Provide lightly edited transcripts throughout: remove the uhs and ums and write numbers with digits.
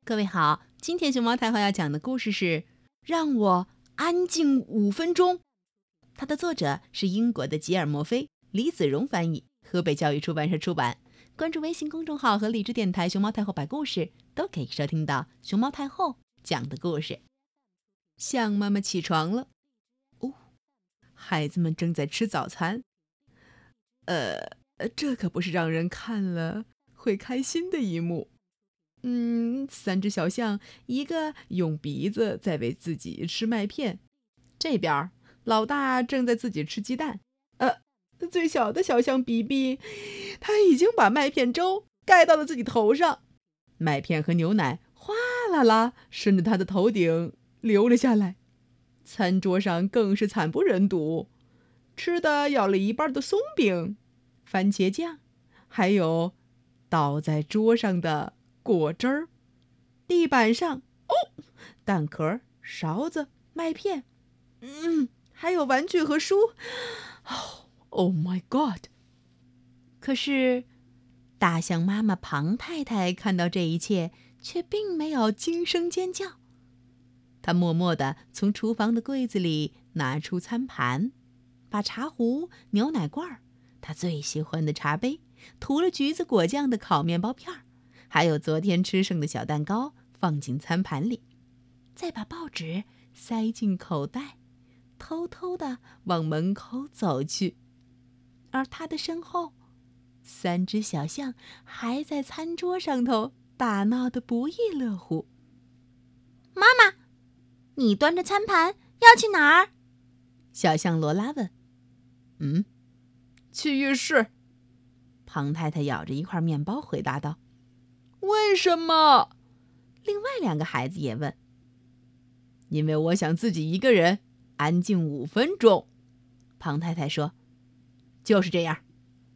各位好，今天熊猫太后要讲的故事是《让我安静5分钟》。它的作者是英国的吉尔莫菲，李子荣翻译，河北教育出版社出版。关注微信公众号和荔枝电台熊猫太后摆故事，都可以收听到熊猫太后讲的故事。象妈妈起床了，孩子们正在吃早餐。这可不是让人看了会开心的一幕。3只小象，一个用鼻子在喂自己吃麦片，这边老大正在自己吃鸡蛋。最小的小象比比，他已经把麦片粥盖到了自己头上，麦片和牛奶哗啦啦顺着他的头顶流了下来。餐桌上更是惨不忍睹，吃的咬了一半的松饼、番茄酱，还有倒在桌上的果汁儿，地板上蛋壳、勺子、麦片，还有玩具和书。Oh my God！ 可是大象妈妈庞太太看到这一切，却并没有惊声尖叫。她默默地从厨房的柜子里拿出餐盘，把茶壶、牛奶罐、她最喜欢的茶杯、涂了橘子果酱的烤面包片，还有昨天吃剩的小蛋糕放进餐盘里，再把报纸塞进口袋，偷偷地往门口走去。而他的身后，3只小象还在餐桌上头打闹得不亦乐乎。 妈妈，你端着餐盘要去哪儿？ 小象罗拉问。去浴室。庞太太咬着一块面包回答道。为什么？另外2个孩子也问。因为我想自己一个人安静5分钟。庞太太说。就是这样。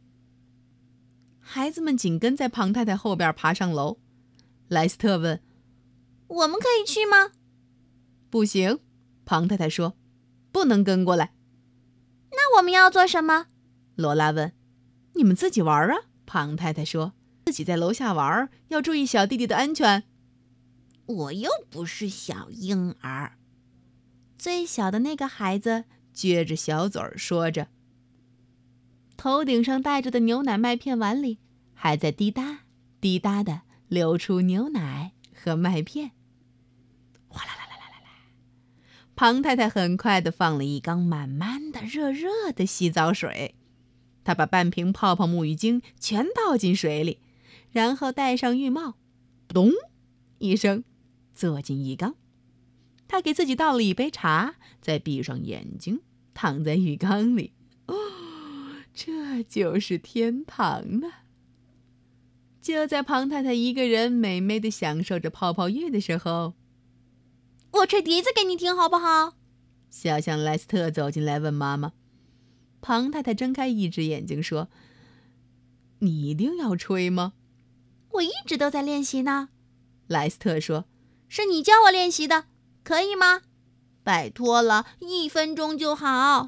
孩子们紧跟在庞太太后边爬上楼。莱斯特问： 我们可以去吗？ 不行，庞太太说，不能跟过来。 那我们要做什么？ 罗拉问。你们自己玩啊，庞太太说，自己在楼下玩，要注意小弟弟的安全。 我又不是小婴儿。 最小的那个孩子撅着小嘴说着，头顶上戴着的牛奶麦片碗里还在滴答滴答地流出牛奶和麦片。哗啦啦啦啦啦啦！庞太太很快地放了一缸满满的热热的洗澡水，她把半瓶泡泡沐浴精全倒进水里，然后戴上浴帽，咚一声坐进浴缸。她给自己倒了一杯茶，再闭上眼睛躺在浴缸里。这就是天堂呢！就在庞太太一个人美美地享受着泡泡浴的时候， 我吹笛子给你听好不好？ 小象莱斯特走进来问妈妈。庞太太睁开一只眼睛说：你一定要吹吗？ 我一直都在练习呢。 莱斯特说。 是你教我练习的，可以吗？拜托了，1分钟就好。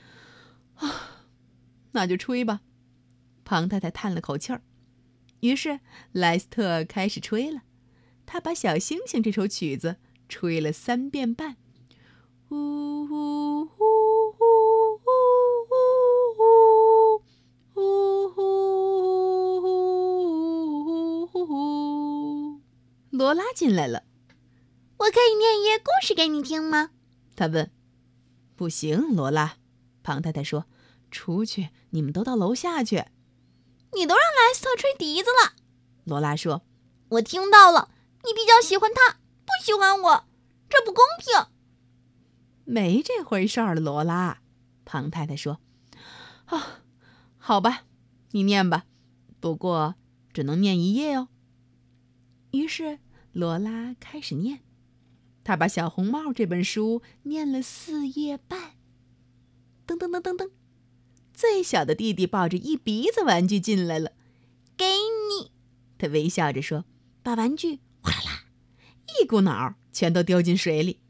那就吹吧。庞太太叹了口气儿。于是莱斯特开始吹了。他把小星星这首曲子吹了3遍半。呼呼呼呼呼呼呼呼呼呼。罗拉进来了。 我可以念一页故事给你听吗？ 他问。不行，罗拉。庞太太说。出去，你们都到楼下去。 你都让莱斯特吹笛子了。 罗拉说。 我听到了，你比较喜欢他，不喜欢我，这不公平。 没这回事儿了，罗拉。庞太太说。好吧，你念吧，不过只能念1页哦。于是罗拉开始念，她把《小红帽》这本书念了4页半。噔噔噔噔噔，最小的弟弟抱着一鼻子玩具进来了。 给你， 他微笑着说，把玩具哗啦啦一股脑全都丢进水里。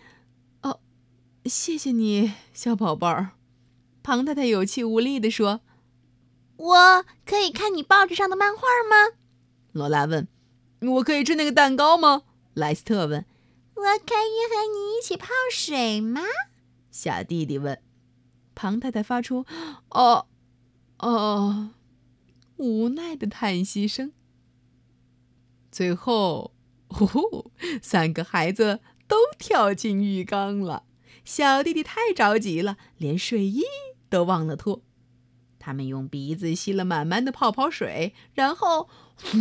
谢谢你，小宝贝儿。庞太太有气无力地说。 我可以看你报纸上的漫画吗？ 罗拉问。 我可以吃那个蛋糕吗？莱斯特问。 我可以和你一起泡水吗？ 小弟弟问。庞太太发出哦哦无奈的叹息声。最后，3个孩子都跳进浴缸了。小弟弟太着急了，连睡衣都忘了脱。他们用鼻子吸了满满的泡泡水，然后呼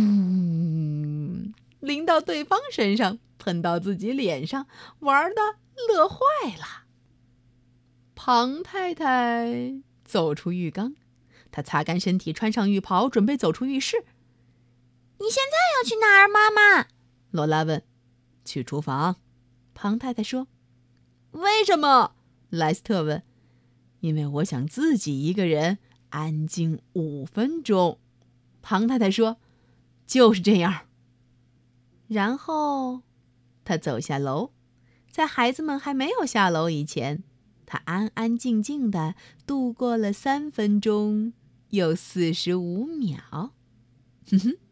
淋到对方身上，喷到自己脸上，玩得乐坏了。庞太太走出浴缸，她擦干身体，穿上浴袍，准备走出浴室。 你现在要去哪儿，妈妈？ 罗拉问。去厨房，庞太太说。为什么？莱斯特问。因为我想自己一个人安静5分钟，庞太太说。就是这样。然后他走下楼，在孩子们还没有下楼以前，他安安静静地度过了3分钟又45秒。哼哼。